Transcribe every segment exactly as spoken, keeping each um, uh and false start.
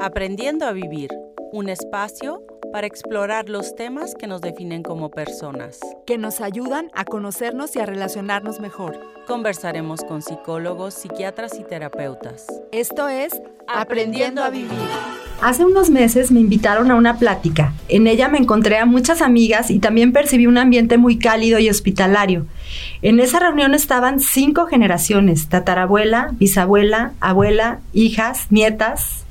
Aprendiendo a vivir, un espacio para explorar los temas que nos definen como personas, que nos ayudan a conocernos y a relacionarnos mejor. Conversaremos con psicólogos, psiquiatras y terapeutas. Esto es Aprendiendo a Vivir. Hace unos meses me invitaron a una plática. En ella me encontré a muchas amigas y también percibí un ambiente muy cálido y hospitalario. En esa reunión estaban cinco generaciones: tatarabuela, bisabuela, abuela, hijas, nietas.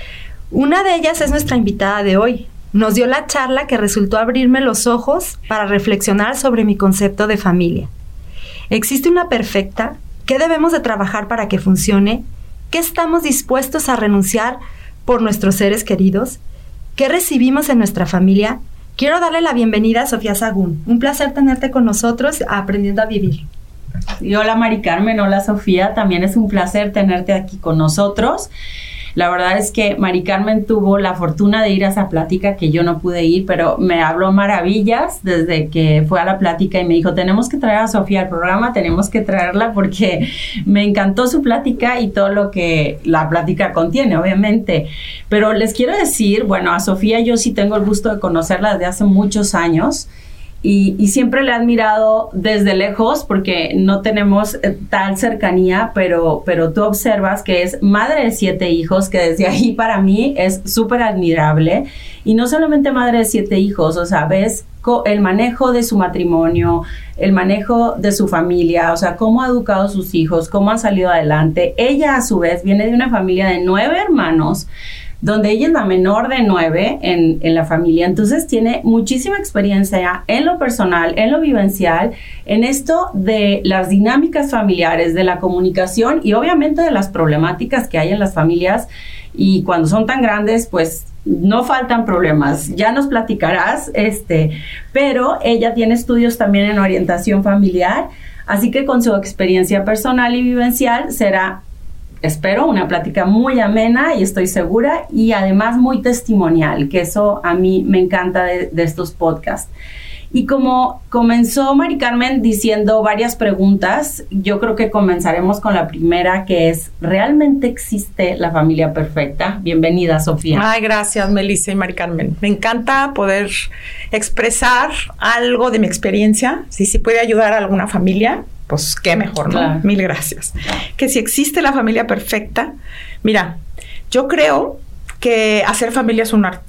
Una de ellas es nuestra invitada de hoy. Nos dio la charla que resultó abrirme los ojos para reflexionar sobre mi concepto de familia. ¿Existe una perfecta? ¿Qué debemos de trabajar para que funcione? ¿Qué estamos dispuestos a renunciar por nuestros seres queridos? ¿Qué recibimos en nuestra familia? Quiero darle la bienvenida a Sofía Sagún. Un placer tenerte con nosotros Aprendiendo a Vivir. Y hola Mari Carmen, hola Sofía, también es un placer tenerte aquí con nosotros. La verdad es que Mari Carmen tuvo la fortuna de ir a esa plática que yo no pude ir, pero me habló maravillas desde que fue a la plática y me dijo, tenemos que traer a Sofía al programa, tenemos que traerla porque me encantó su plática y todo lo que la plática contiene, obviamente. Pero les quiero decir, bueno, a Sofía yo sí tengo el gusto de conocerla desde hace muchos años. Y, y siempre le he admirado desde lejos porque no tenemos eh, tal cercanía, pero, pero tú observas que es madre de siete hijos, que desde ahí para mí es súper admirable. Y no solamente madre de siete hijos, o sea, ves el manejo de su matrimonio, el manejo de su familia, o sea, cómo ha educado a sus hijos, cómo han salido adelante. Ella a su vez viene de una familia de nueve hermanos, donde ella es la menor de nueve en, en la familia, entonces tiene muchísima experiencia en lo personal, en lo vivencial, en esto de las dinámicas familiares, de la comunicación y obviamente de las problemáticas que hay en las familias, y cuando son tan grandes, pues no faltan problemas, ya nos platicarás, este, pero ella tiene estudios también en orientación familiar, así que con su experiencia personal y vivencial será, espero, una plática muy amena y estoy segura, y además muy testimonial, que eso a mí me encanta de, de estos podcasts. Y como comenzó Mari Carmen diciendo varias preguntas, yo creo que comenzaremos con la primera, que es, ¿realmente existe la familia perfecta? Bienvenida, Sofía. Ay, gracias, Melissa y Mari Carmen. Me encanta poder expresar algo de mi experiencia. Si sí puede ayudar a alguna familia, pues qué mejor, ¿no? Claro. Mil gracias. Que si existe la familia perfecta, mira, yo creo que hacer familia es un arte.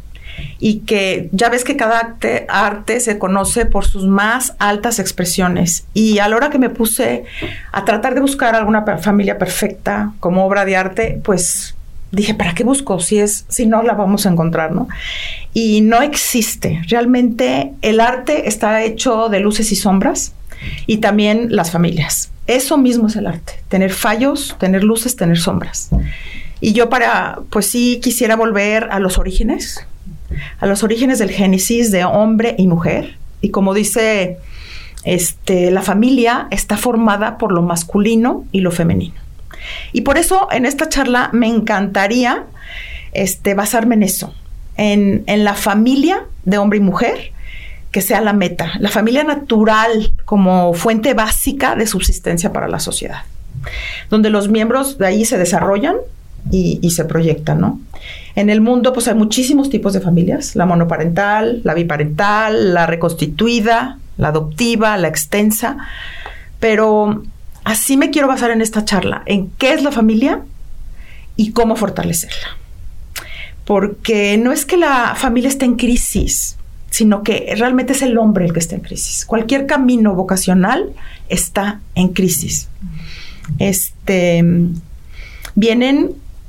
Y que ya ves que cada arte, arte se conoce por sus más altas expresiones. Y a la hora que me puse a tratar de buscar alguna per- familia perfecta como obra de arte, pues dije, ¿para qué busco? Si es, si no la vamos a encontrar, ¿no? Y no existe. Realmente el arte está hecho de luces y sombras, y también las familias. Eso mismo es el arte. Tener fallos, tener luces, tener sombras. Y yo para, pues sí quisiera volver a los orígenes, a los orígenes del génesis de hombre y mujer. Y como dice, este, la familia está formada por lo masculino y lo femenino. Y por eso en esta charla me encantaría este, basarme en eso, en, en la familia de hombre y mujer, que sea la meta, la familia natural como fuente básica de subsistencia para la sociedad, donde los miembros de ahí se desarrollan y, y se proyectan, ¿no? En el mundo, pues hay muchísimos tipos de familias: la monoparental, la biparental, la reconstituida, la adoptiva, la extensa, pero así me quiero basar en esta charla, en qué es la familia y cómo fortalecerla. Porque no es que la familia esté en crisis, sino que realmente es el hombre el que está en crisis. Cualquier camino vocacional está en crisis. Este, vienen,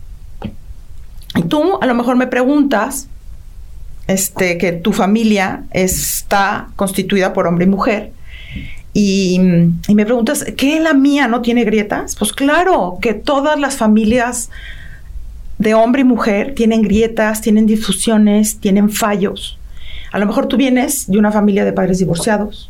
y tú a lo mejor me preguntas este, que tu familia está constituida por hombre y mujer, y, y me preguntas, ¿qué la mía no tiene grietas? Pues claro, que todas las familias de hombre y mujer tienen grietas, tienen disfunciones, tienen fallos. A lo mejor tú vienes de una familia de padres divorciados,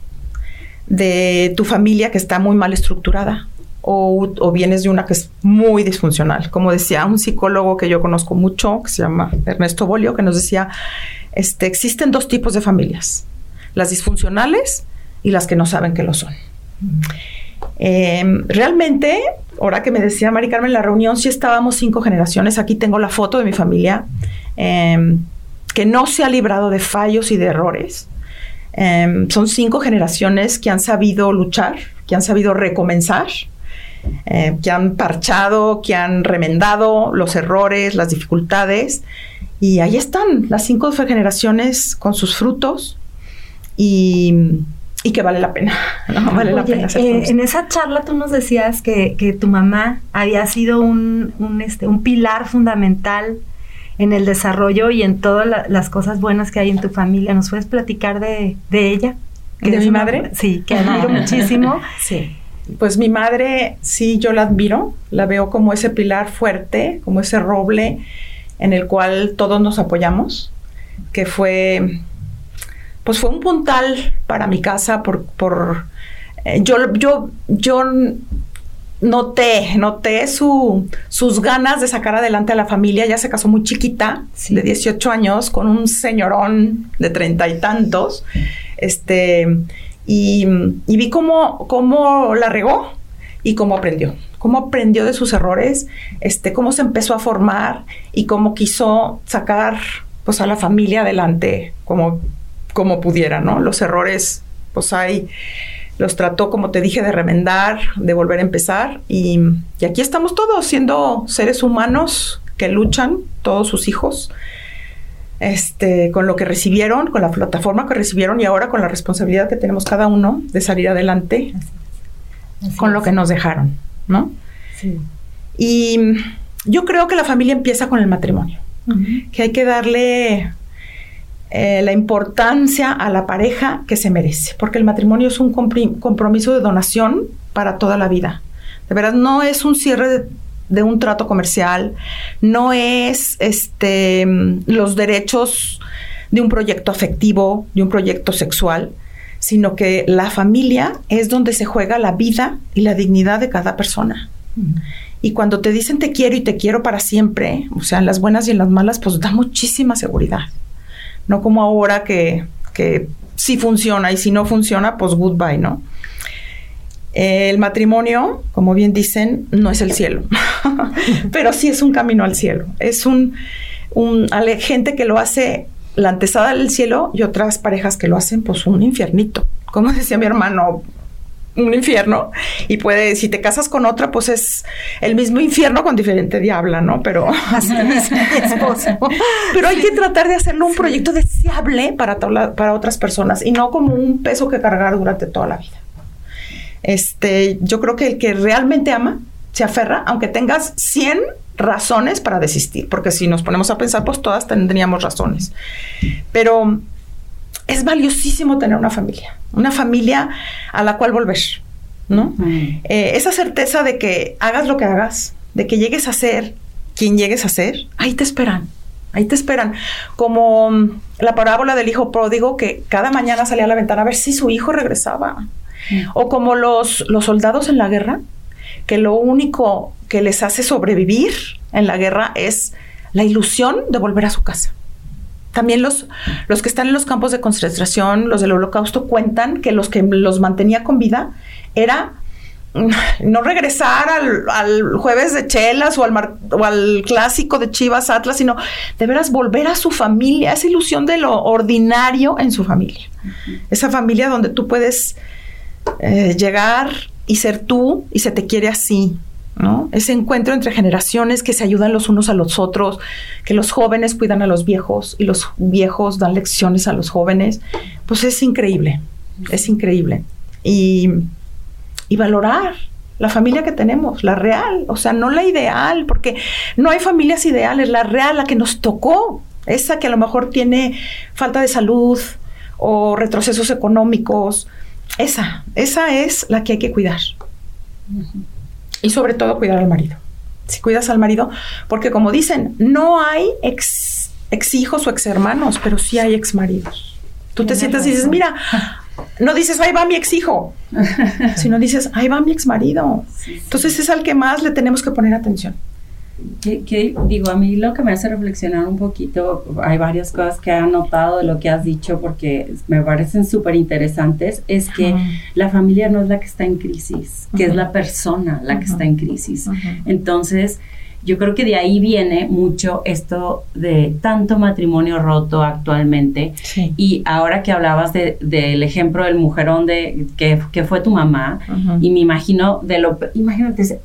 de tu familia que está muy mal estructurada, o, o vienes de una que es muy disfuncional. Como decía un psicólogo que yo conozco mucho, que se llama Ernesto Bolio, que nos decía, este, existen dos tipos de familias: las disfuncionales y las que no saben que lo son. Eh, realmente, ahora que me decía Mari Carmen, en la reunión sí estábamos cinco generaciones. Aquí tengo la foto de mi familia, eh, que no se ha librado de fallos y de errores. Eh, son cinco generaciones que han sabido luchar, que han sabido recomenzar, eh, que han parchado, que han remendado los errores, las dificultades. Y ahí están las cinco generaciones con sus frutos y... y que vale la pena, ¿no? Vale Oye, la pena hacer eh, en esa charla tú nos decías que, que tu mamá había sido un, un, este, un pilar fundamental en el desarrollo y en todas la, las cosas buenas que hay en tu familia. ¿Nos puedes platicar de, de ella? ¿De mi madre? Una, sí, que admiro muchísimo. Sí, pues mi madre, sí, yo la admiro, la veo como ese pilar fuerte, como ese roble en el cual todos nos apoyamos, que fue... pues fue un puntal para mi casa por, por eh, yo, yo, yo noté, noté su, sus ganas de sacar adelante a la familia. Ella se casó muy chiquita, sí, de dieciocho años, con un señorón de treinta y tantos, este, y, y vi cómo, cómo la regó y cómo aprendió, cómo aprendió de sus errores, este, cómo se empezó a formar y cómo quiso sacar, pues, a la familia adelante, como como pudiera, ¿no? Los errores, pues hay, los trató, como te dije, de remendar, de volver a empezar, y, y aquí estamos todos, siendo seres humanos que luchan, todos sus hijos, este, con lo que recibieron, con la plataforma que recibieron, y ahora con la responsabilidad que tenemos cada uno de salir adelante, así es, así con es. Lo que nos dejaron, ¿no? Sí. Y yo creo que la familia empieza con el matrimonio, uh-huh, que hay que darle... Eh, la importancia a la pareja que se merece, porque el matrimonio es un compri- compromiso de donación para toda la vida. De verdad, no es un cierre de, de un trato comercial, no es este, los derechos de un proyecto afectivo, de un proyecto sexual, sino que la familia es donde se juega la vida y la dignidad de cada persona. Mm. Y cuando te dicen te quiero y te quiero para siempre, o sea, en las buenas y en las malas, pues da muchísima seguridad. No como ahora que, que sí funciona y si no funciona, pues goodbye, ¿no? El matrimonio, como bien dicen, no es el cielo, pero sí es un camino al cielo. Es un, un hay gente que lo hace la antesada del cielo y otras parejas que lo hacen, pues, un infiernito. Como decía mi hermano, un infierno, y puede, si te casas con otra, pues es el mismo infierno con diferente diabla, ¿no? Pero así es mi esposo. Pero hay que tratar de hacerlo un sí. proyecto deseable para, tola, para otras personas y no como un peso que cargar durante toda la vida. Este, yo creo que el que realmente ama se aferra, aunque tengas cien razones para desistir, porque si nos ponemos a pensar, pues todas tendríamos razones. Pero es valiosísimo tener una familia, una familia a la cual volver, ¿no? Mm. Eh, esa certeza de que hagas lo que hagas, de que llegues a ser quien llegues a ser, ahí te esperan, ahí te esperan. Como la parábola del hijo pródigo, que cada mañana salía a la ventana a ver si su hijo regresaba. Mm. O como los, los soldados en la guerra, que lo único que les hace sobrevivir en la guerra es la ilusión de volver a su casa. También los, los que están en los campos de concentración, los del Holocausto, cuentan que los que los mantenía con vida era no regresar al, al jueves de chelas o al, mar, o al clásico de Chivas Atlas, sino de veras volver a su familia, esa ilusión de lo ordinario en su familia. Uh-huh. Esa familia donde tú puedes eh, llegar y ser tú y se te quiere así, ¿no? Ese encuentro entre generaciones que se ayudan los unos a los otros, que los jóvenes cuidan a los viejos y los viejos dan lecciones a los jóvenes, pues es increíble, es increíble. Y, y valorar la familia que tenemos, la real, o sea, no la ideal, porque no hay familias ideales, la real, la que nos tocó, esa que a lo mejor tiene falta de salud o retrocesos económicos, esa, esa es la que hay que cuidar. Uh-huh. Y sobre todo cuidar al marido. Si cuidas al marido, porque como dicen, no hay ex, ex hijos o ex hermanos, pero sí hay ex maridos. Tú te sientas y dices, mira, no dices, ahí va mi ex hijo, sino dices, ahí va mi ex marido. Sí, sí. Entonces es al que más le tenemos que poner atención. Que, que, digo, a mí lo que me hace reflexionar un poquito, hay varias cosas que he anotado de lo que has dicho porque me parecen súper interesantes, es que uh-huh. la familia no es la que está en crisis, que uh-huh. es la persona la uh-huh. que está en crisis. Uh-huh. Entonces, yo creo que de ahí viene mucho esto de tanto matrimonio roto actualmente. Sí. Y ahora que hablabas de, del ejemplo del mujerón de que, que fue tu mamá, uh-huh. y me imagino de lo, imagínate,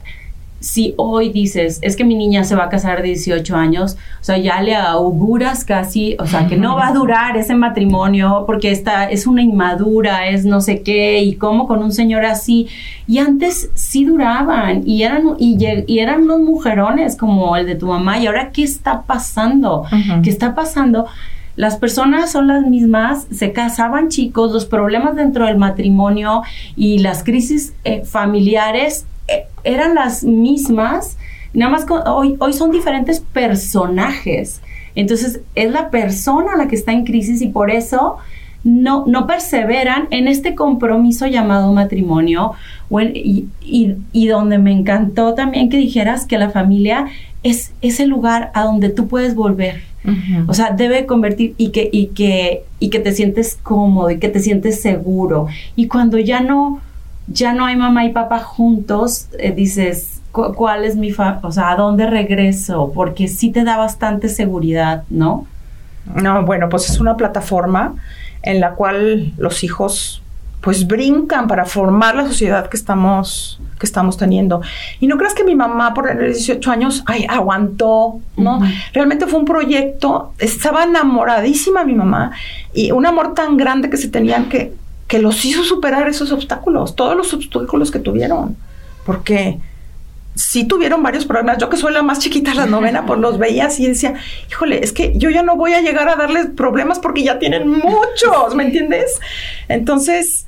si hoy dices, es que mi niña se va a casar de dieciocho años, o sea, ya le auguras casi, o sea, que no va a durar ese matrimonio porque esta es una inmadura, es no sé qué, y cómo con un señor así. Y antes sí duraban, y eran, y, y eran unos mujerones como el de tu mamá, y ahora, ¿qué está pasando? Uh-huh. ¿Qué está pasando? Las personas son las mismas, se casaban chicos, los problemas dentro del matrimonio y las crisis eh, familiares eran las mismas, nada más con, hoy, hoy son diferentes personajes. Entonces es la persona la que está en crisis y por eso no, no perseveran en este compromiso llamado matrimonio. Bueno, y, y, y donde me encantó también que dijeras que la familia es ese lugar a donde tú puedes volver. Uh-huh. O sea, debe convertir y que, y, que, y que te sientes cómodo y que te sientes seguro. Y cuando ya no... ya no hay mamá y papá juntos, eh, dices, cu- ¿cuál es mi fa- o sea, a dónde regreso? Porque sí te da bastante seguridad, ¿no? No, bueno, pues es una plataforma en la cual los hijos pues brincan para formar la sociedad que estamos, que estamos teniendo. Y no creas que mi mamá por tener dieciocho años, ay, aguantó, ¿no? Uh-huh. Realmente fue un proyecto, estaba enamoradísima mi mamá, y un amor tan grande que se tenían que que los hizo superar esos obstáculos, todos los obstáculos que tuvieron, porque sí tuvieron varios problemas. Yo que soy la más chiquita, la novena, pues los veía así y decía, híjole, es que yo ya no voy a llegar a darles problemas porque ya tienen muchos, ¿me entiendes? Entonces,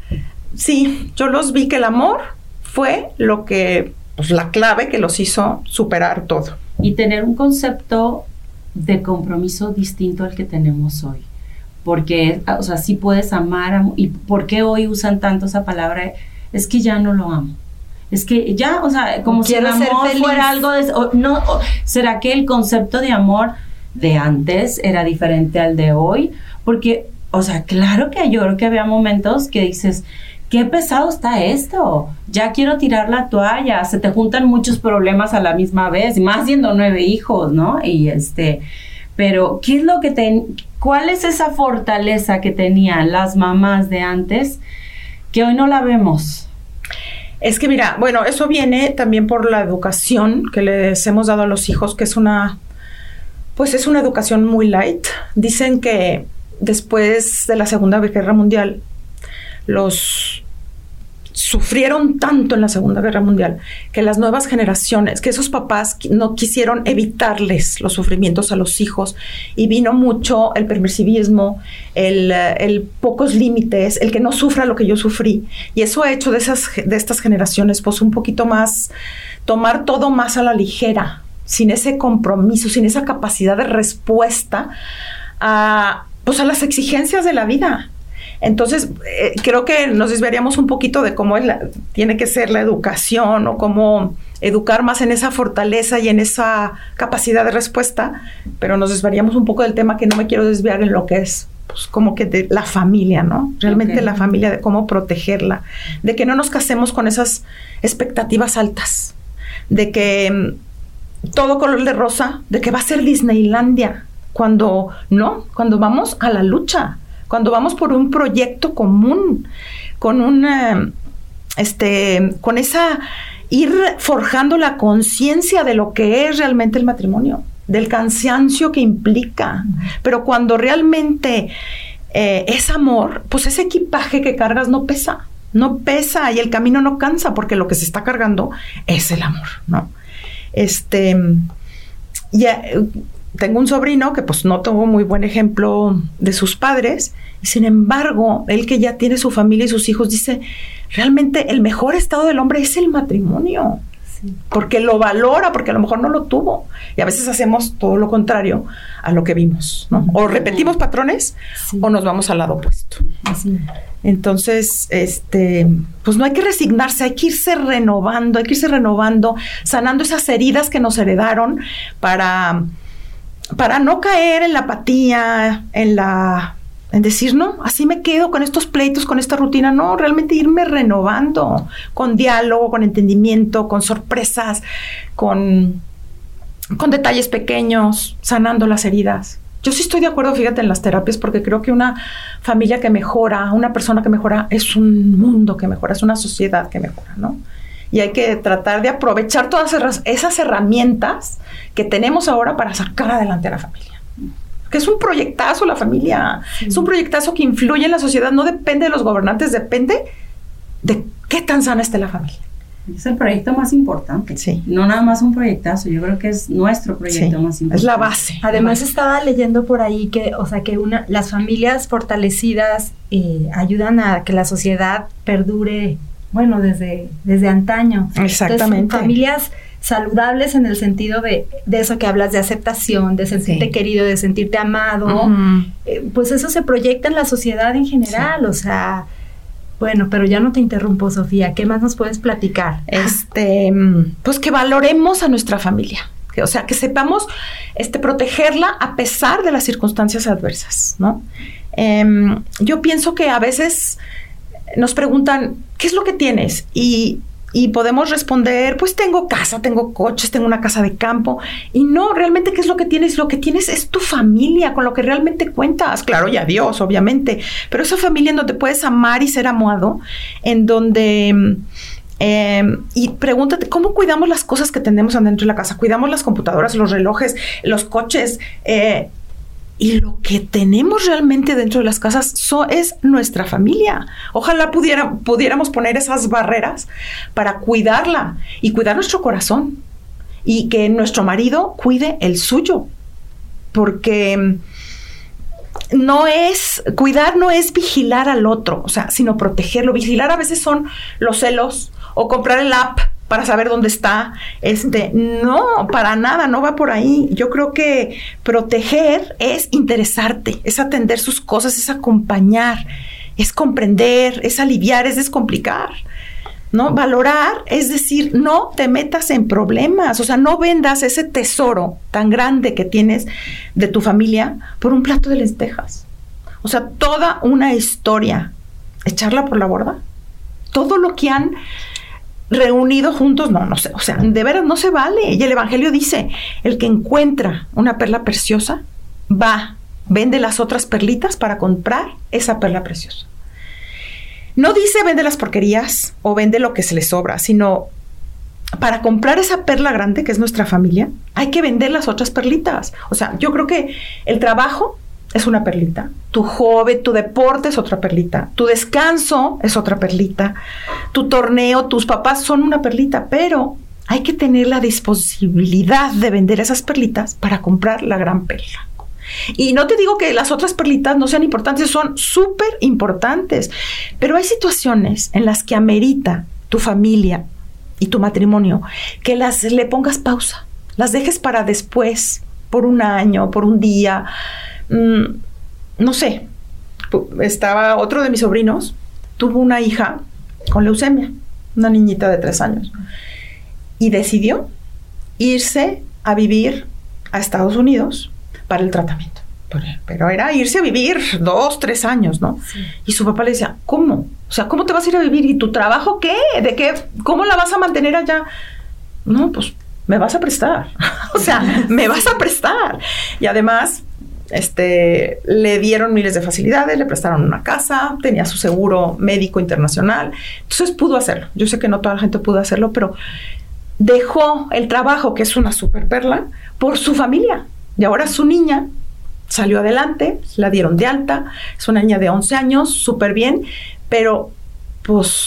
sí, yo los vi que el amor fue lo que, pues la clave que los hizo superar todo. Y tener un concepto de compromiso distinto al que tenemos hoy. Porque, o sea, sí puedes amar, a, y ¿por qué hoy usan tanto esa palabra? Es que ya no lo amo. Es que ya, o sea, como si el amor fuera algo de... O, no, o, ¿será que el concepto de amor de antes era diferente al de hoy? Porque, o sea, claro que yo creo que había momentos que dices, qué pesado está esto, ya quiero tirar la toalla, se te juntan muchos problemas a la misma vez, más siendo nueve hijos, ¿no? Y este... Pero, ¿qué es lo que te, cuál es esa fortaleza que tenían las mamás de antes que hoy no la vemos? Es que mira, bueno, eso viene también por la educación que les hemos dado a los hijos, que es una, pues es una educación muy light. Dicen que después de la Segunda Guerra Mundial, los sufrieron tanto en la Segunda Guerra Mundial que las nuevas generaciones, que esos papás no quisieron evitarles los sufrimientos a los hijos, y vino mucho el permisivismo, el, el pocos límites, el que no sufra lo que yo sufrí, y eso ha hecho de esas de estas generaciones pues un poquito más, tomar todo más a la ligera, sin ese compromiso, sin esa capacidad de respuesta a, pues a las exigencias de la vida. Entonces, eh, creo que nos desviaríamos un poquito de cómo es la, tiene que ser la educación, o cómo educar más en esa fortaleza y en esa capacidad de respuesta, pero nos desviaríamos un poco del tema, que no me quiero desviar en lo que es, pues, como que de la familia, ¿no? Realmente okay. La familia, de cómo protegerla, de que no nos casemos con esas expectativas altas, de que mm, todo color de rosa, de que va a ser Disneylandia, cuando no, cuando vamos a la lucha, cuando vamos por un proyecto común, con una, este, con esa, ir forjando la conciencia de lo que es realmente el matrimonio, del cansancio que implica, uh-huh. Pero cuando realmente eh, es amor, pues ese equipaje que cargas no pesa, no pesa, y el camino no cansa, porque lo que se está cargando es el amor, ¿no? Este, ya... Tengo un sobrino que pues no tuvo muy buen ejemplo de sus padres, y sin embargo, él que ya tiene su familia y sus hijos, dice, realmente el mejor estado del hombre es el matrimonio. Sí. Porque lo valora, porque a lo mejor no lo tuvo. Y a veces hacemos todo lo contrario a lo que vimos, ¿no? O repetimos patrones, sí, o nos vamos al lado opuesto. Así. Entonces, este, pues no hay que resignarse, hay que irse renovando, hay que irse renovando, sanando esas heridas que nos heredaron para, para no caer en la apatía, en la... en decir, no, así me quedo con estos pleitos, con esta rutina. No, realmente irme renovando, con diálogo, con entendimiento, con sorpresas, con, con detalles pequeños, sanando las heridas. Yo sí estoy de acuerdo, fíjate, en las terapias, porque creo que una familia que mejora, una persona que mejora, es un mundo que mejora, es una sociedad que mejora, ¿no? Y hay que tratar de aprovechar todas esas herramientas que tenemos ahora para sacar adelante a la familia. Que es un proyectazo la familia, sí, es un proyectazo que influye en la sociedad, no depende de los gobernantes, depende de qué tan sana esté la familia. Es el proyecto más importante, sí, no nada más un proyectazo, yo creo que es nuestro proyecto, sí, más importante. Es la base. Además la base. Estaba leyendo por ahí que, o sea, que una, las familias fortalecidas eh, ayudan a que la sociedad perdure, bueno, desde, desde antaño. Exactamente. Entonces, familias saludables en el sentido de, de eso que hablas, de aceptación, de sentirte, sí, querido, de sentirte amado, uh-huh, eh, pues eso se proyecta en la sociedad en general, sí, o sea, bueno, pero ya no te interrumpo, Sofía, ¿qué más nos puedes platicar? Este, pues que valoremos a nuestra familia, que, o sea, que sepamos este, protegerla a pesar de las circunstancias adversas, ¿no? Eh, yo pienso que a veces nos preguntan, ¿qué es lo que tienes? Y Y podemos responder, pues tengo casa, tengo coches, tengo una casa de campo. Y no, realmente, ¿qué es lo que tienes? Lo que tienes es tu familia, con lo que realmente cuentas. Claro, y a Dios, obviamente. Pero esa familia en donde puedes amar y ser amado, en donde... Eh, y pregúntate, ¿cómo cuidamos las cosas que tenemos adentro de la casa? Cuidamos las computadoras, los relojes, los coches, eh, y lo que tenemos realmente dentro de las casas so, es nuestra familia. Ojalá pudiera, pudiéramos poner esas barreras para cuidarla y cuidar nuestro corazón. Y que nuestro marido cuide el suyo. Porque no es, cuidar no es vigilar al otro, o sea, sino protegerlo. Vigilar a veces son los celos o comprar el app para saber dónde está, este, no, para nada, no va por ahí. Yo creo que proteger es interesarte, es atender sus cosas, es acompañar, es comprender, es aliviar, es descomplicar, ¿no? Valorar es decir, no te metas en problemas, o sea, no vendas ese tesoro tan grande que tienes de tu familia por un plato de lentejas. O sea, toda una historia, echarla por la borda, todo lo que han reunido juntos, no, no sé, o sea, de veras no se vale. Y el Evangelio dice, el que encuentra una perla preciosa, va, vende las otras perlitas para comprar esa perla preciosa. No dice vende las porquerías o vende lo que se le sobra, sino para comprar esa perla grande que es nuestra familia, hay que vender las otras perlitas. O sea, yo creo que el trabajo es una perlita, tu hobby, tu deporte es otra perlita, tu descanso es otra perlita, tu torneo, tus papás son una perlita, pero hay que tener la disponibilidad de vender esas perlitas para comprar la gran perla. Y no te digo que las otras perlitas no sean importantes, son súper importantes, pero hay situaciones en las que amerita tu familia y tu matrimonio que las le pongas pausa, las dejes para después, por un año, por un día. Mm, no sé, estaba otro de mis sobrinos, tuvo una hija con leucemia, una niñita de tres años, y decidió irse a vivir a Estados Unidos para el tratamiento. Pero era irse a vivir dos, tres años, ¿no? Sí. Y su papá le decía, ¿cómo? O sea, ¿cómo te vas a ir a vivir? ¿Y tu trabajo qué? ¿De qué? ¿Cómo la vas a mantener allá? No, pues me vas a prestar. O sea, me vas a prestar. Y además, este, le dieron miles de facilidades, le prestaron una casa, tenía su seguro médico internacional. Entonces pudo hacerlo. Yo sé que no toda la gente pudo hacerlo, pero dejó el trabajo, que es una super perla, por su familia. Y ahora su niña salió adelante, la dieron de alta, es una niña de once años, súper bien, pero pues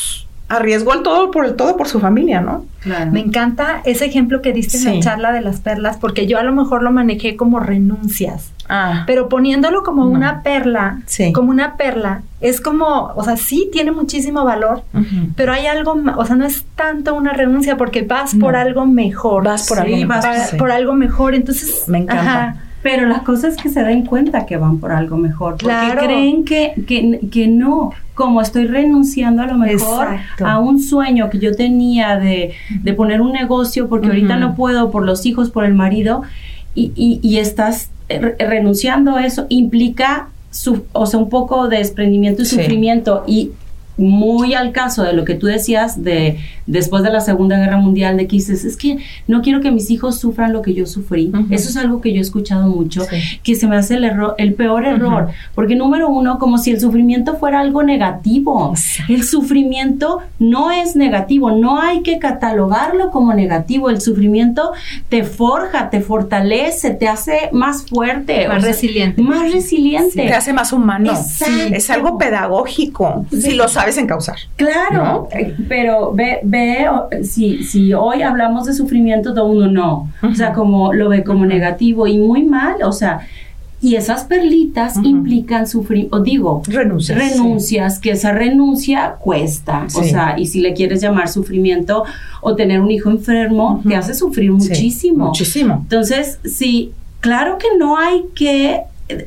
arriesgó el todo por el todo por su familia, ¿no? Claro. Me encanta ese ejemplo que diste sí. en la charla de las perlas, porque yo a lo mejor lo manejé como renuncias. Ah. Pero poniéndolo como no. una perla, sí. como una perla, es como, o sea, sí tiene muchísimo valor, uh-huh. pero hay algo, o sea, no es tanto una renuncia porque vas no. por algo mejor. Vas por sí, algo vas mejor. Sí. por algo mejor, entonces... Me encanta. Ajá. Pero la cosa es que se den cuenta que van por algo mejor, porque claro. creen que, que, que no, como estoy renunciando a lo mejor Exacto. a un sueño que yo tenía de, de poner un negocio, porque uh-huh. ahorita no puedo por los hijos, por el marido, y, y, y estás re- renunciando a eso, implica, su, o sea, un poco de desprendimiento y sí. sufrimiento, y muy al caso de lo que tú decías de después de la Segunda Guerra Mundial, de que dices, es que no quiero que mis hijos sufran lo que yo sufrí. Uh-huh. Eso es algo que yo he escuchado mucho, sí. que se me hace el error, el peor error, uh-huh. porque número uno, como si el sufrimiento fuera algo negativo. Exacto. El sufrimiento no es negativo, no hay que catalogarlo como negativo. El sufrimiento te forja, te fortalece, te hace más fuerte, más o sea, resiliente. Más resiliente. Sí, te hace más humano. Exacto. Es algo pedagógico, sí. si lo sabes encauzar. Claro, ¿no? Pero ve, ve si, si hoy hablamos de sufrimiento, todo uno no, uh-huh. o sea, como lo ve como uh-huh. negativo y muy mal, o sea, y esas perlitas uh-huh. implican sufrir, o digo, renuncias, renuncias, sí. que esa renuncia cuesta, sí. o sea, y si le quieres llamar sufrimiento o tener un hijo enfermo, uh-huh. te hace sufrir muchísimo. Sí, muchísimo. Entonces, sí, claro que no hay que...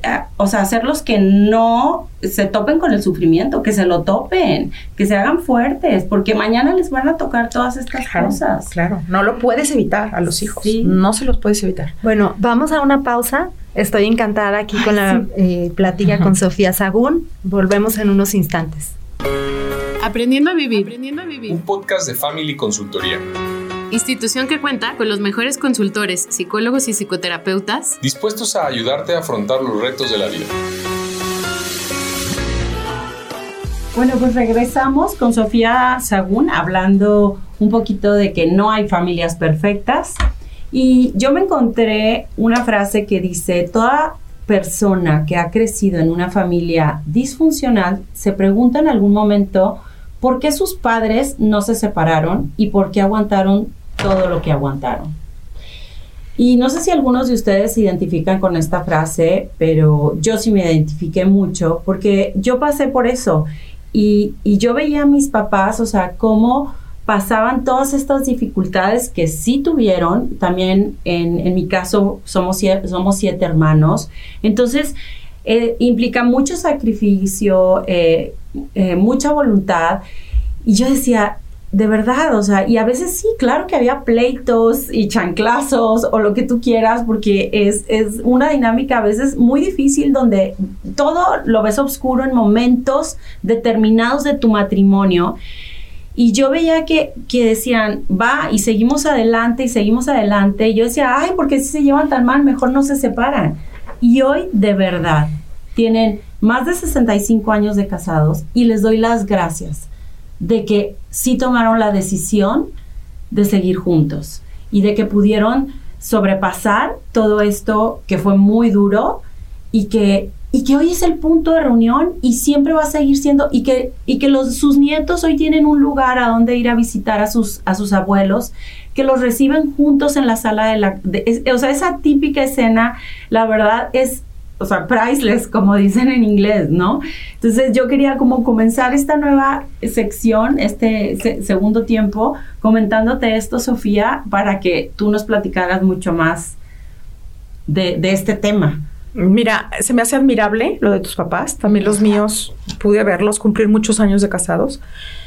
o sea, hacerlos que no se topen con el sufrimiento, que se lo topen, que se hagan fuertes, porque mañana les van a tocar todas estas claro, cosas. Claro, no lo puedes evitar a los hijos, sí. no se los puedes evitar. Bueno, vamos a una pausa. Estoy encantada aquí Ay, con la sí. eh, plática uh-huh. con Sofía Sagún. Volvemos en unos instantes. Aprendiendo a vivir. Aprendiendo a vivir. Un podcast de Family Consultoría. Institución que cuenta con los mejores consultores, psicólogos y psicoterapeutas dispuestos a ayudarte a afrontar los retos de la vida. Bueno, pues regresamos con Sofía Sagún hablando un poquito de que no hay familias perfectas, y yo me encontré una frase que dice: toda persona que ha crecido en una familia disfuncional se pregunta en algún momento por qué sus padres no se separaron y por qué aguantaron todo lo que aguantaron. Y no sé si algunos de ustedes se identifican con esta frase, pero yo sí me identifiqué mucho porque yo pasé por eso y, y yo veía a mis papás, o sea, cómo pasaban todas estas dificultades que sí tuvieron. También en, en mi caso somos siete, somos siete hermanos, entonces eh, implica mucho sacrificio, eh, eh, mucha voluntad, y yo decía, de verdad, o sea, y a veces sí, claro que había pleitos y chanclazos o lo que tú quieras, porque es, es una dinámica a veces muy difícil donde todo lo ves oscuro en momentos determinados de tu matrimonio. Y yo veía que, que decían, va, y seguimos adelante, y seguimos adelante. Y yo decía, ay, ¿por qué si se llevan tan mal? Mejor no se separan. Y hoy, de verdad, tienen más de sesenta y cinco años de casados, y les doy las gracias de que sí tomaron la decisión de seguir juntos y de que pudieron sobrepasar todo esto que fue muy duro, y que, y que hoy es el punto de reunión y siempre va a seguir siendo, y que, y que los, sus nietos hoy tienen un lugar a donde ir a visitar a sus, a sus abuelos, que los reciben juntos en la sala de la... De, es, o sea, esa típica escena, la verdad es, o sea, priceless, como dicen en inglés, ¿no? Entonces yo quería como comenzar esta nueva sección, este se, segundo tiempo, comentándote esto, Sofía, para que tú nos platicaras mucho más de, de este tema. Mira, se me hace admirable lo de tus papás, también los míos, pude verlos cumplir muchos años de casados.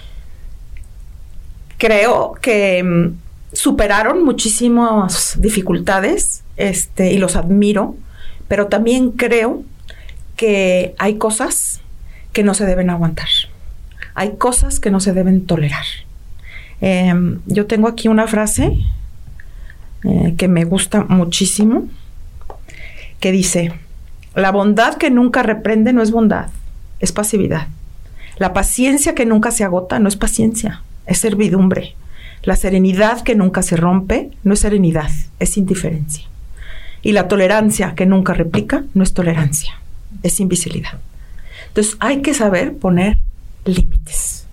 Creo que um, superaron muchísimas dificultades, este, y los admiro, pero también creo que hay cosas que no se deben aguantar. Hay cosas que no se deben tolerar. Eh, yo tengo aquí una frase eh, que me gusta muchísimo, que dice: la bondad que nunca reprende no es bondad, es pasividad. La paciencia que nunca se agota no es paciencia, es servidumbre. La serenidad que nunca se rompe no es serenidad, es indiferencia. Y la tolerancia que nunca replica no es tolerancia, es imbecilidad. Entonces hay que saber poner límites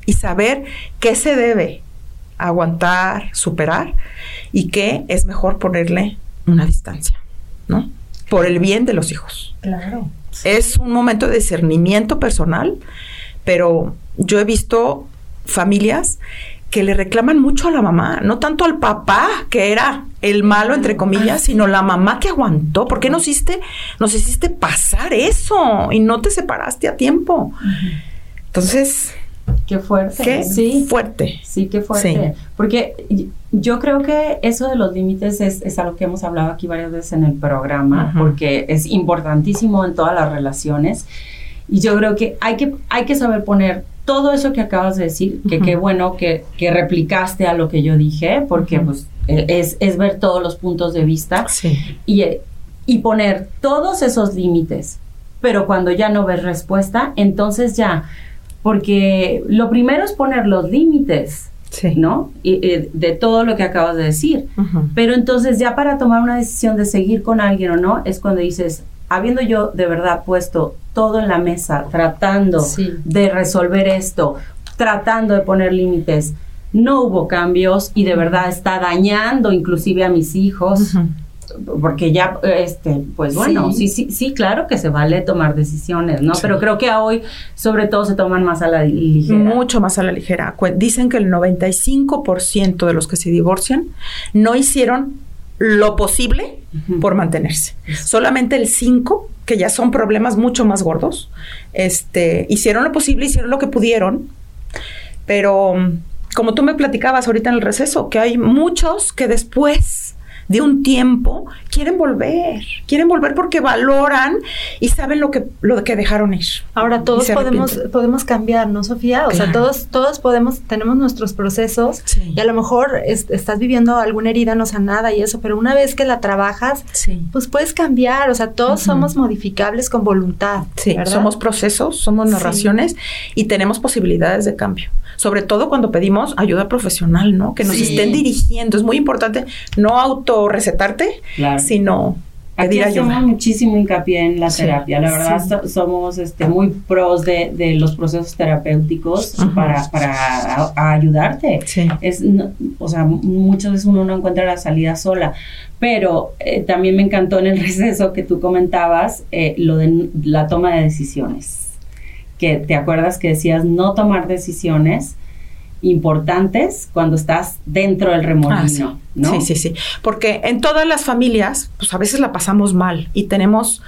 y saber qué se debe aguantar, superar y qué es mejor ponerle una distancia, ¿no? Por el bien de los hijos. Claro. Es un momento de discernimiento personal, pero yo he visto familias que le reclaman mucho a la mamá, no tanto al papá, que era el malo, entre comillas, sino la mamá que aguantó. ¿Por qué nos hiciste, nos hiciste pasar eso y no te separaste a tiempo? Entonces... Qué fuerte. Qué sí. fuerte. Sí, qué fuerte. Sí. Porque yo creo que eso de los límites es, es algo que hemos hablado aquí varias veces en el programa, uh-huh. porque es importantísimo en todas las relaciones. Y yo creo que hay que, hay que saber poner todo eso que acabas de decir, que uh-huh. qué bueno que, que replicaste a lo que yo dije, porque uh-huh. pues es, es ver todos los puntos de vista sí. y, y poner todos esos límites. Pero cuando ya no ves respuesta, entonces ya... Porque lo primero es poner los límites, sí. ¿no? Y, y de todo lo que acabas de decir. Uh-huh. Pero entonces ya para tomar una decisión de seguir con alguien o no, es cuando dices, habiendo yo de verdad puesto todo en la mesa, tratando sí. de resolver esto, tratando de poner límites, no hubo cambios y de verdad está dañando inclusive a mis hijos. Uh-huh. Porque ya, este, pues bueno, sí. sí, sí, sí, claro que se vale tomar decisiones, ¿no? Sí. Pero creo que hoy, sobre todo, se toman más a la ligera. Mucho más a la ligera. Dicen que el noventa y cinco por ciento de los que se divorcian no hicieron lo posible uh-huh. por mantenerse. Uh-huh. Solamente el cinco por ciento, que ya son problemas mucho más gordos, este, hicieron lo posible, hicieron lo que pudieron, pero como tú me platicabas ahorita en el receso, que hay muchos que después... de un tiempo, quieren volver, quieren volver porque valoran y saben lo que lo que dejaron ir. Ahora todos podemos podemos cambiar, ¿no, Sofía? O claro. sea, todos todos podemos, tenemos nuestros procesos sí. y a lo mejor es, estás viviendo alguna herida no sanada y eso, pero una vez que la trabajas, sí. pues puedes cambiar, o sea, todos uh-huh. somos modificables con voluntad, sí, ¿verdad? Somos procesos, somos narraciones sí. y tenemos posibilidades de cambio. Sobre todo cuando pedimos ayuda profesional, ¿no? Que nos sí. estén dirigiendo. Es muy importante no autorrecetarte, claro. sino pedir Aquí ayuda. Hacemos muchísimo hincapié en la sí. terapia. La verdad, sí. so, somos este, muy pros de, de los procesos terapéuticos uh-huh. para, para a, a ayudarte. Sí. Es, no, o sea, muchas veces uno no encuentra la salida sola. Pero eh, también me encantó en el receso que tú comentabas eh, lo de la toma de decisiones. Que te acuerdas que decías no tomar decisiones importantes cuando estás dentro del remolino, ah, sí. ¿no? Sí, sí, sí. Porque en todas las familias, pues a veces la pasamos mal y tenemos,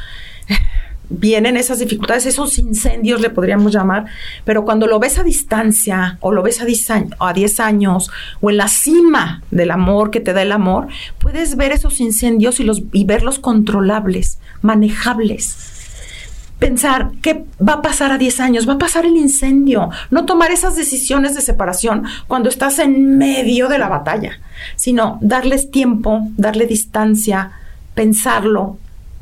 vienen esas dificultades, esos incendios le podríamos llamar, pero cuando lo ves a distancia o lo ves a diez años, a diez años o en la cima del amor que te da el amor, puedes ver esos incendios y, los, y verlos controlables, manejables. Pensar, ¿qué va a pasar a diez años? Va a pasar el incendio. No tomar esas decisiones de separación cuando estás en medio de la batalla, sino darles tiempo, darle distancia, pensarlo,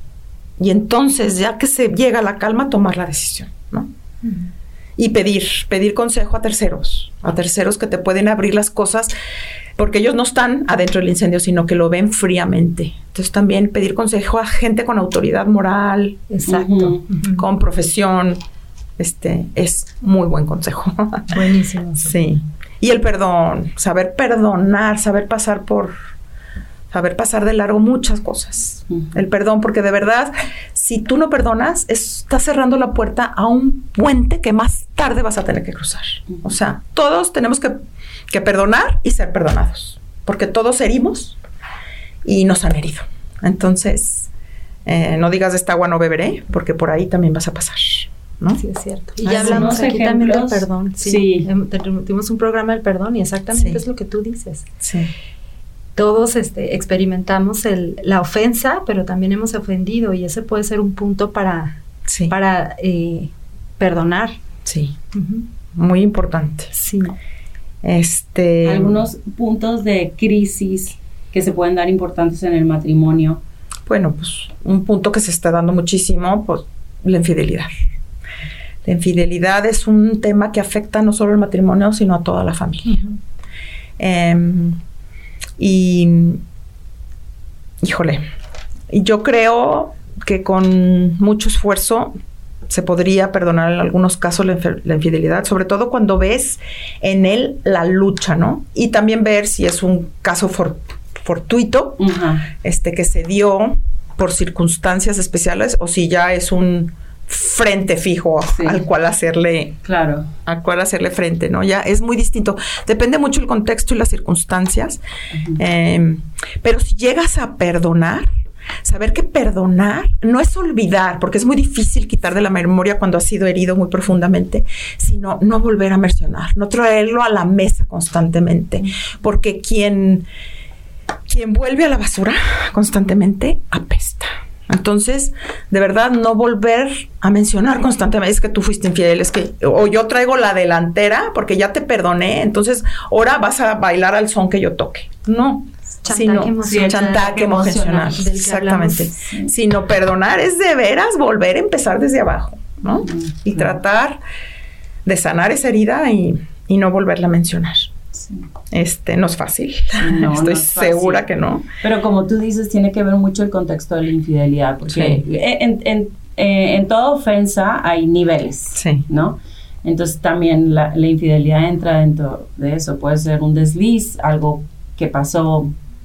y entonces, ya que se llega a la calma, tomar la decisión, ¿no? Uh-huh. Y pedir, pedir consejo a terceros, a terceros que te pueden abrir las cosas, porque ellos no están adentro del incendio, sino que lo ven fríamente. Entonces también pedir consejo a gente con autoridad moral, exacto, uh-huh. Uh-huh. con profesión, este, es muy buen consejo. Buenísimo. Sí. Y el perdón, saber perdonar, saber pasar por, saber pasar de largo muchas cosas. Uh-huh. El perdón, porque de verdad, si tú no perdonas, estás cerrando la puerta a un puente que más tarde vas a tener que cruzar. Uh-huh. O sea, todos tenemos que que perdonar y ser perdonados, porque todos herimos y nos han herido. Entonces, eh, no digas de esta agua no beberé, porque por ahí también vas a pasar, ¿no? Sí, es cierto. Y ya hablamos aquí ejemplos? también del perdón. Sí. sí. Tuvimos un programa del perdón y exactamente sí. es lo que tú dices. Sí. Todos este, experimentamos el, la ofensa, pero también hemos ofendido y ese puede ser un punto para, sí. para eh, perdonar. Sí, uh-huh. muy importante. Sí. Este, algunos puntos de crisis que se pueden dar importantes en el matrimonio. Bueno, pues un punto que se está dando muchísimo, pues la infidelidad. La infidelidad es un tema que afecta no solo al matrimonio, sino a toda la familia. Uh-huh. Eh, y, híjole, yo creo que con mucho esfuerzo se podría perdonar en algunos casos la, inf- la infidelidad, sobre todo cuando ves en él la lucha, ¿no? Y también ver si es un caso for- fortuito, uh-huh. este, que se dio por circunstancias especiales o si ya es un frente fijo sí. al cual hacerle claro al cual hacerle frente, ¿no? Ya es muy distinto, depende mucho el contexto y las circunstancias, uh-huh. eh, pero si llegas a perdonar, saber que perdonar no es olvidar, porque es muy difícil quitar de la memoria cuando has sido herido muy profundamente, sino no volver a mencionar, no traerlo a la mesa constantemente, uh-huh. porque quien quien vuelve a la basura constantemente apesta. Entonces, de verdad, no volver a mencionar constantemente, es que tú fuiste infiel, es que, o yo traigo la delantera porque ya te perdoné, entonces ahora vas a bailar al son que yo toque. No. Chantaje sino, emocional. Chantaje emocional. Exactamente. Sí. Sino perdonar es de veras volver a empezar desde abajo, ¿no? Uh-huh. Y tratar de sanar esa herida y, y no volverla a mencionar. Sí. Este, no es fácil. No, Estoy no es segura fácil. Que no. Pero como tú dices, tiene que ver mucho el contexto de la infidelidad, porque sí. en, en, en toda ofensa hay niveles, sí. ¿no? Entonces también la, la infidelidad entra dentro de eso. Puede ser un desliz, algo que pasó,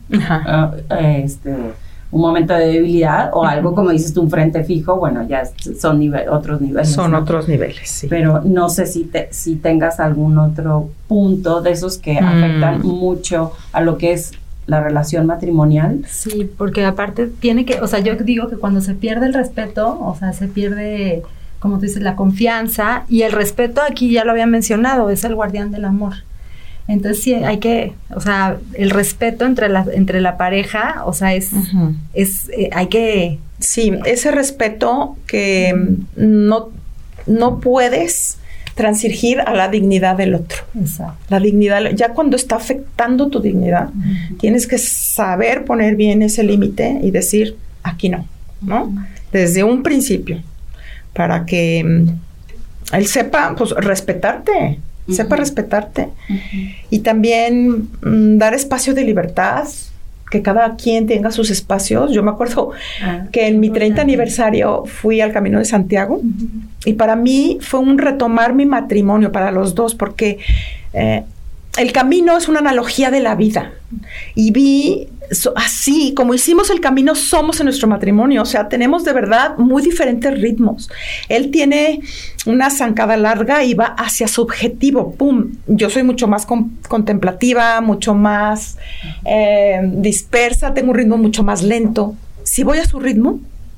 uh, este, un momento de debilidad, o uh-huh. algo, como dices tú, un frente fijo. Bueno, ya son nive- otros niveles. Son ¿no? otros niveles, sí. Pero no sé si, te, si tengas algún otro punto de esos que mm. afectan mucho a lo que es la relación matrimonial. Sí, porque aparte tiene que, o sea, yo digo que cuando se pierde el respeto, o sea, se pierde, como tú dices, la confianza, y el respeto aquí ya lo había mencionado, es el guardián del amor. Entonces sí hay que, o sea, el respeto entre la entre la pareja, o sea, es uh-huh. es eh, hay que sí, ese respeto que uh-huh. no no puedes transigir a la dignidad del otro. Exacto. La dignidad, ya cuando está afectando tu dignidad, uh-huh. tienes que saber poner bien ese límite y decir, aquí no, ¿no? Uh-huh. Desde un principio, para que um, él sepa, pues, respetarte. Uh-huh. Sepa respetarte. Uh-huh. Y también mmm, dar espacio de libertad, que cada quien tenga sus espacios. Yo me acuerdo uh-huh. que en mi treinta aniversario fui al Camino de Santiago, uh-huh. y para mí fue un retomar mi matrimonio, para los dos, porque eh, el camino es una analogía de la vida, y vi so, así como hicimos el camino, somos en nuestro matrimonio. O sea, tenemos de verdad muy diferentes ritmos. Él tiene una zancada larga y va hacia su objetivo, pum. Yo soy mucho más con, contemplativa, mucho más eh, dispersa, tengo un ritmo mucho más lento. Si voy a su ritmo,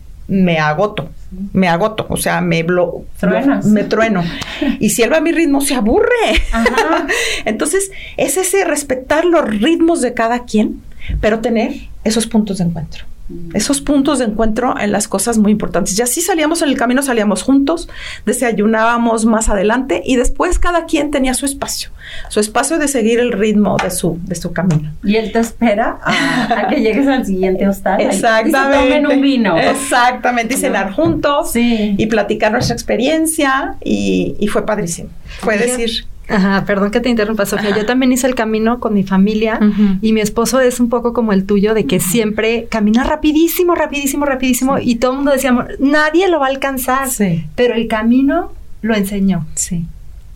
me agoto, me agoto, o sea, me blo- blo- me trueno. Y si él va a mi ritmo, se aburre. Ajá. Entonces, es ese respetar los ritmos de cada quien, pero tener esos puntos de encuentro. Mm. Esos puntos de encuentro en las cosas muy importantes. Y así salíamos en el camino, salíamos juntos, desayunábamos más adelante, y después cada quien tenía su espacio, su espacio de seguir el ritmo de su, de su camino. Y él te espera a, a que llegues al siguiente hostal. Exactamente. Y se tomen un vino. Exactamente, y cenar juntos, sí. y platicar nuestra experiencia, y, y fue padrísimo. Fue Oiga. decir... Ajá, perdón que te interrumpa, Sofía. Ajá. Yo también hice el camino con mi familia, uh-huh. y mi esposo es un poco como el tuyo, de que uh-huh. siempre camina rapidísimo, rapidísimo, rapidísimo, sí. y todo el mundo decíamos, nadie lo va a alcanzar, sí. pero el camino lo enseñó. Sí.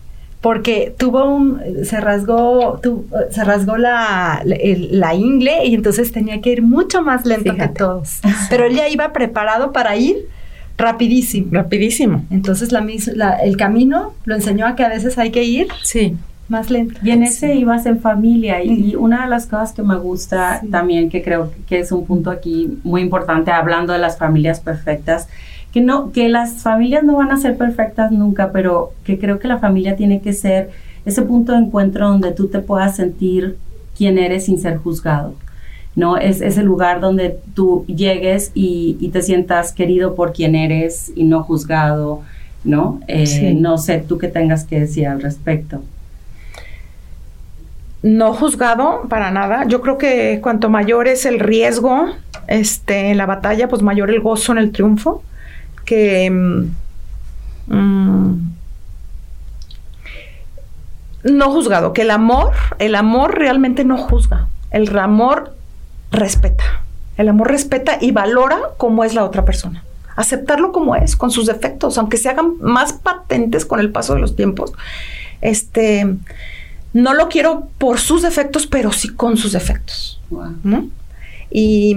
Porque tuvo un, se rasgó, tu, se rasgó la, la, la ingle, y entonces tenía que ir mucho más lento Fíjate. que todos. Pero él ya iba preparado para ir rapidísimo. Rapidísimo. Entonces la, la, el camino lo enseñó a que a veces hay que ir sí. más lento. Y en ese ibas en familia, y, y una de las cosas que me gusta sí. también, que creo que es un punto aquí muy importante, hablando de las familias perfectas, que no, que las familias no van a ser perfectas nunca, pero que creo que la familia tiene que ser ese punto de encuentro donde tú te puedas sentir quién eres sin ser juzgado. ¿No? Es ese lugar donde tú llegues y, y te sientas querido por quien eres y no juzgado, ¿no? Eh, sí. No sé, tú qué tengas que decir al respecto. No juzgado para nada. Yo creo que cuanto mayor es el riesgo este, en la batalla, pues mayor el gozo en el triunfo. Que mmm, no juzgado, que el amor, el amor realmente no juzga. El amor respeta. El amor respeta y valora cómo es la otra persona. aceptarlo como es, con sus defectos, aunque se hagan más patentes con el paso de los tiempos. Este, no lo quiero por sus defectos, pero sí con sus defectos. Wow. ¿No? Y,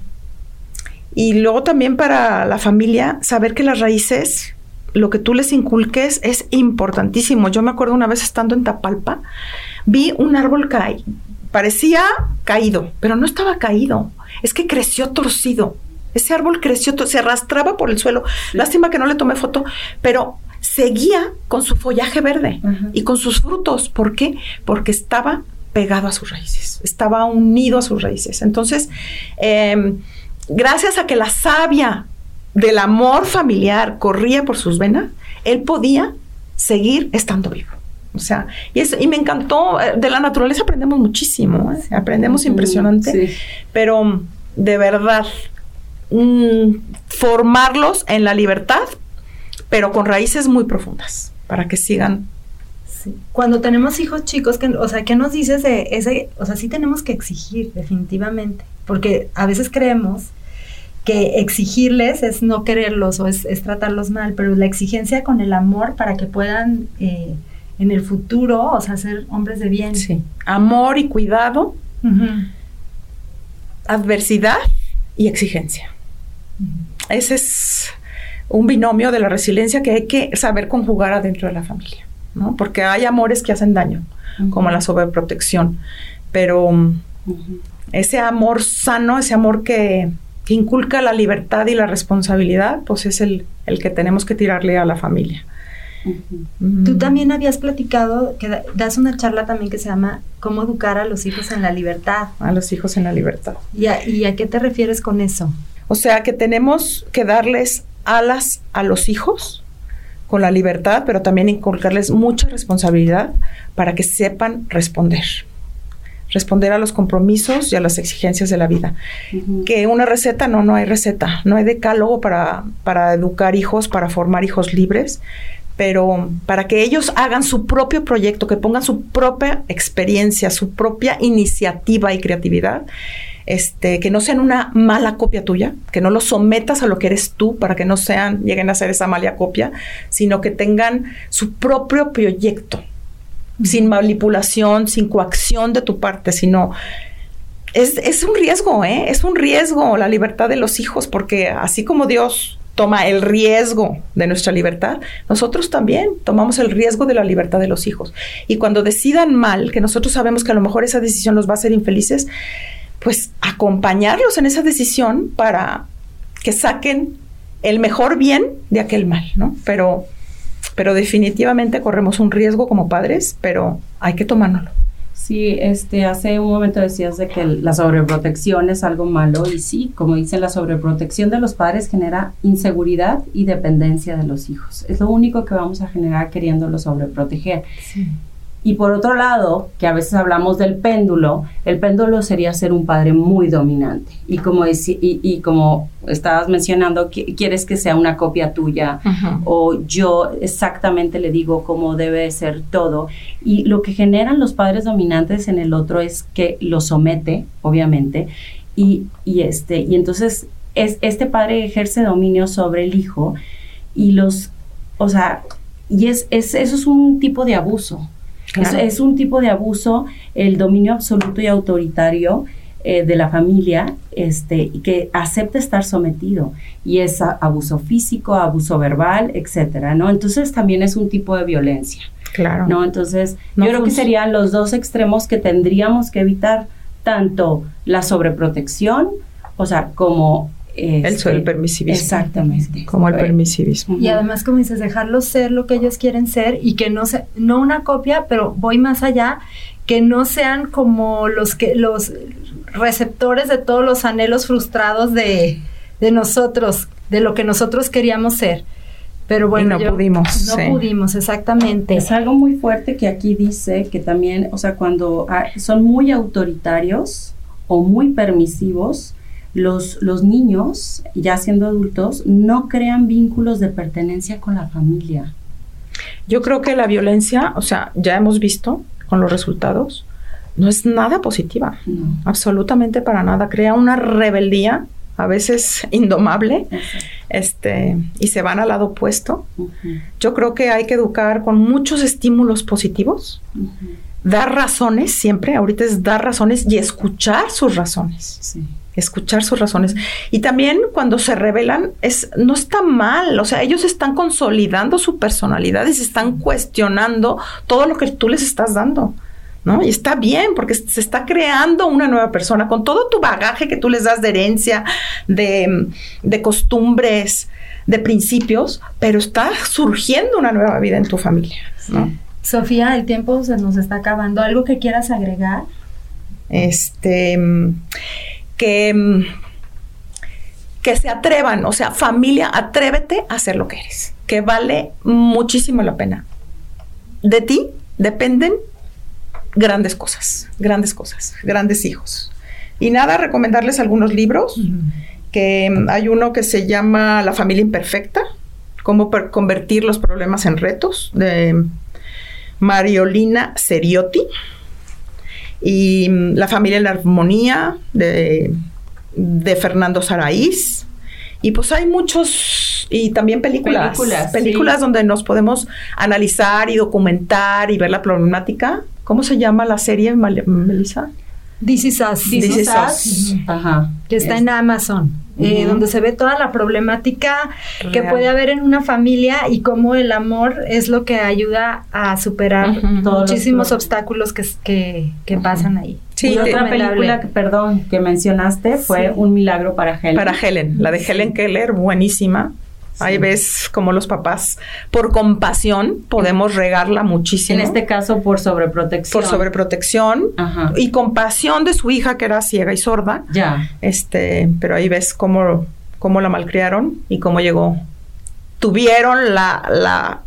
y luego también para la familia, saber que las raíces, lo que tú les inculques es importantísimo. Yo me acuerdo una vez estando en Tapalpa, vi un árbol caído, parecía caído, pero no estaba caído, es que creció torcido. Ese árbol creció, se arrastraba por el suelo. Sí. Lástima que no le tomé foto, pero seguía con su follaje verde uh-huh. y con sus frutos. ¿Por qué? Porque estaba pegado a sus raíces, estaba unido a sus raíces. Entonces, eh, gracias a que la savia del amor familiar corría por sus venas, él podía seguir estando vivo. O sea, y, es, y me encantó. De la naturaleza aprendemos muchísimo, ¿eh? Aprendemos impresionante, sí. Pero de verdad, mmm, formarlos en la libertad, pero con raíces muy profundas, para que sigan. Sí. Cuando tenemos hijos chicos, que, o sea, ¿qué nos dices de ese? O sea, sí tenemos que exigir, definitivamente, porque a veces creemos que exigirles es no quererlos o es, es tratarlos mal, pero la exigencia con el amor para que puedan eh, en el futuro, o sea, ser hombres de bien. Sí. Amor y cuidado, uh-huh. adversidad y exigencia. Uh-huh. Ese es un binomio de la resiliencia que hay que saber conjugar adentro de la familia, ¿no? Porque hay amores que hacen daño, uh-huh. como la sobreprotección, pero uh-huh. ese amor sano, ese amor que, que inculca la libertad y la responsabilidad, pues es el, el que tenemos que tirarle a la familia. Uh-huh. Tú también habías platicado que das una charla también que se llama ¿Cómo educar a los hijos en la libertad? A los hijos en la libertad. ¿Y a, y a qué te refieres con eso? O sea, que tenemos que darles alas a los hijos con la libertad, pero también inculcarles mucha responsabilidad para que sepan responder. Responder a los compromisos y a las exigencias de la vida. Uh-huh. Que una receta, no, no hay receta. No hay decálogo para, para educar hijos, para formar hijos libres, pero para que ellos hagan su propio proyecto, que pongan su propia experiencia, su propia iniciativa y creatividad, este, que no sean una mala copia tuya, que no los sometas a lo que eres tú para que no sean, lleguen a ser esa mala copia, sino que tengan su propio proyecto, uh-huh. sin manipulación, sin coacción de tu parte, sino es, es un riesgo, ¿eh? Es un riesgo la libertad de los hijos, porque así como Dios toma el riesgo de nuestra libertad, nosotros también tomamos el riesgo de la libertad de los hijos. Y cuando decidan mal, que nosotros sabemos que a lo mejor esa decisión los va a hacer infelices, pues acompañarlos en esa decisión para que saquen el mejor bien de aquel mal, ¿no? Pero, pero definitivamente corremos un riesgo como padres, pero hay que tomárnoslo. Sí, este, hace un momento decías de que la sobreprotección es algo malo, y sí, como dicen, la sobreprotección de los padres genera inseguridad y dependencia de los hijos. Es lo único que vamos a generar queriéndolo sobreproteger. Sí. Y por otro lado, que a veces hablamos del péndulo, el péndulo sería ser un padre muy dominante. Y como, es, y, y como estabas mencionando, que quieres que sea una copia tuya, uh-huh. o yo exactamente le digo cómo debe ser todo. Y lo que generan los padres dominantes en el otro es que lo somete, obviamente, y, y, este, y entonces es, este padre ejerce dominio sobre el hijo, y los, o sea, y es, es, eso es un tipo de abuso. Claro. Es, es un tipo de abuso, el dominio absoluto y autoritario eh, de la familia, este, que acepta estar sometido, y es a, abuso físico, abuso verbal, etcétera, ¿no? Entonces también es un tipo de violencia. Claro. ¿No? Entonces, no yo creo que serían los dos extremos que tendríamos que evitar, tanto la sobreprotección, o sea, como Este, el, el permisivismo. Exactamente. Como el permisivismo. Y además, como dices, dejarlos ser lo que ellos quieren ser, y que no se, no una copia, pero voy más allá, que no sean como los que los receptores de todos los anhelos frustrados de, de nosotros, de lo que nosotros queríamos ser. Pero bueno, y no yo, pudimos. No sí. pudimos, exactamente. Es algo muy fuerte que aquí dice que también, o sea, cuando ah, son muy autoritarios o muy permisivos, Los, los niños, ya siendo adultos, no crean vínculos de pertenencia con la familia. Yo creo que la violencia, o sea, ya hemos visto con los resultados, no es nada positiva. No. Absolutamente para nada. Crea una rebeldía a veces indomable, este, y se van al lado opuesto. Uh-huh. Yo creo que hay que educar con muchos estímulos positivos, uh-huh. dar razones siempre, ahorita es dar razones y escuchar sus razones. Sí. Escuchar sus razones. Y también cuando se rebelan, es, no está mal, o sea, ellos están consolidando su personalidad y se están cuestionando todo lo que tú les estás dando, ¿no? Y está bien, porque se está creando una nueva persona con todo tu bagaje que tú les das de herencia, de, de costumbres, de principios, pero está surgiendo una nueva vida en tu familia, ¿no? Sofía, el tiempo se nos está acabando. ¿Algo que quieras agregar? Este... Que, que se atrevan, o sea, familia, atrévete a hacer lo que eres, que vale muchísimo la pena. De ti dependen grandes cosas, grandes cosas, grandes hijos. Y nada, recomendarles algunos libros, uh-huh. que hay uno que se llama La familia imperfecta, cómo per- convertir los problemas en retos, de Mariolina Seriotti. Y La familia en la armonía, de, de Fernando Saraís. Y pues hay muchos, y también películas. Películas, películas sí. donde nos podemos analizar y documentar y ver la problemática. ¿Cómo se llama la serie, Melissa? This Is Us. This, This Is Us. Us. Ajá. Que está es. en Amazon, uh-huh. eh, donde se ve toda la problemática Real. que puede haber en una familia y cómo el amor es lo que ayuda a superar uh-huh. muchísimos obstáculos que, que, que uh-huh. pasan ahí. Sí, y otra película que, perdón, que mencionaste fue sí. Un milagro para Helen. Para Helen, la de sí. Helen Keller, buenísima. Sí. Ahí ves como los papás, por compasión, podemos regarla muchísimo. En este caso, por sobreprotección. Por sobreprotección. Ajá. Y compasión de su hija, que era ciega y sorda. Ya. Este, pero ahí ves cómo, cómo la malcriaron y cómo llegó. Tuvieron la, la,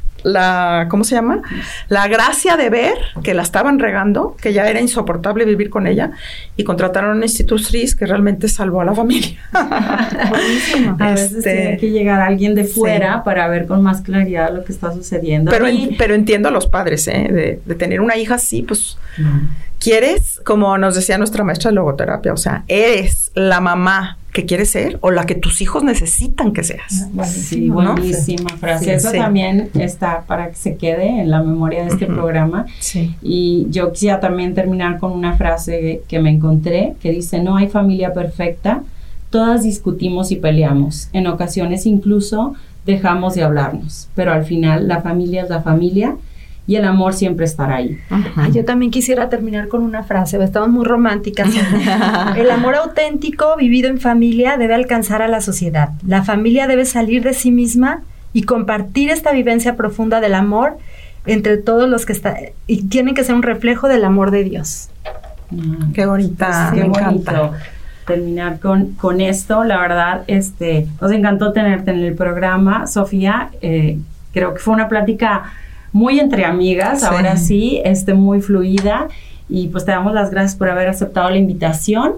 la, ¿cómo se llama? La gracia de ver que la estaban regando, que ya era insoportable vivir con ella, y contrataron a una institutriz que realmente salvó a la familia. Buenísimo. A veces este, tiene que llegar alguien de fuera sí. para ver con más claridad lo que está sucediendo. Pero, y, en, pero entiendo a los padres, ¿eh? De, de tener una hija así, pues, uh-huh. quieres, como nos decía nuestra maestra de logoterapia, o sea, eres la mamá que quieres ser o la que tus hijos necesitan que seas. Sí, buenísima ¿no? frase. Sí, Eso sí. también está para que se quede en la memoria de este uh-huh. programa. Sí. Y yo quisiera también terminar con una frase que me encontré que dice: no hay familia perfecta, todas discutimos y peleamos. En ocasiones incluso dejamos de hablarnos, pero al final la familia es la familia y el amor siempre estará ahí. Ajá. Yo también quisiera terminar con una frase, estamos muy románticas. El amor auténtico vivido en familia debe alcanzar a la sociedad. La familia debe salir de sí misma y compartir esta vivencia profunda del amor entre todos los que están, y tienen que ser un reflejo del amor de Dios. Mm, qué bonita, sí, me qué encanta. Bonito terminar con, con esto. La verdad, este, nos encantó tenerte en el programa, Sofía. Eh, creo que fue una plática muy entre amigas, sí. ahora sí, este, muy fluida, y pues te damos las gracias por haber aceptado la invitación.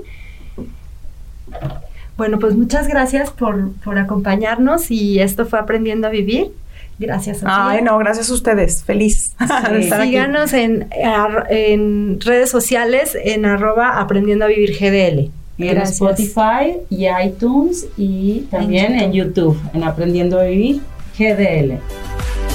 Bueno, pues muchas gracias por, por acompañarnos, y esto fue Aprendiendo a Vivir. Gracias, Sofía. Ay, no, gracias a ustedes. Feliz sí. de estar Síganos aquí. En, en redes sociales en arroba Aprendiendo a Vivir G D L. En gracias. Spotify y iTunes, y también en YouTube, en, YouTube, en Aprendiendo a Vivir G D L.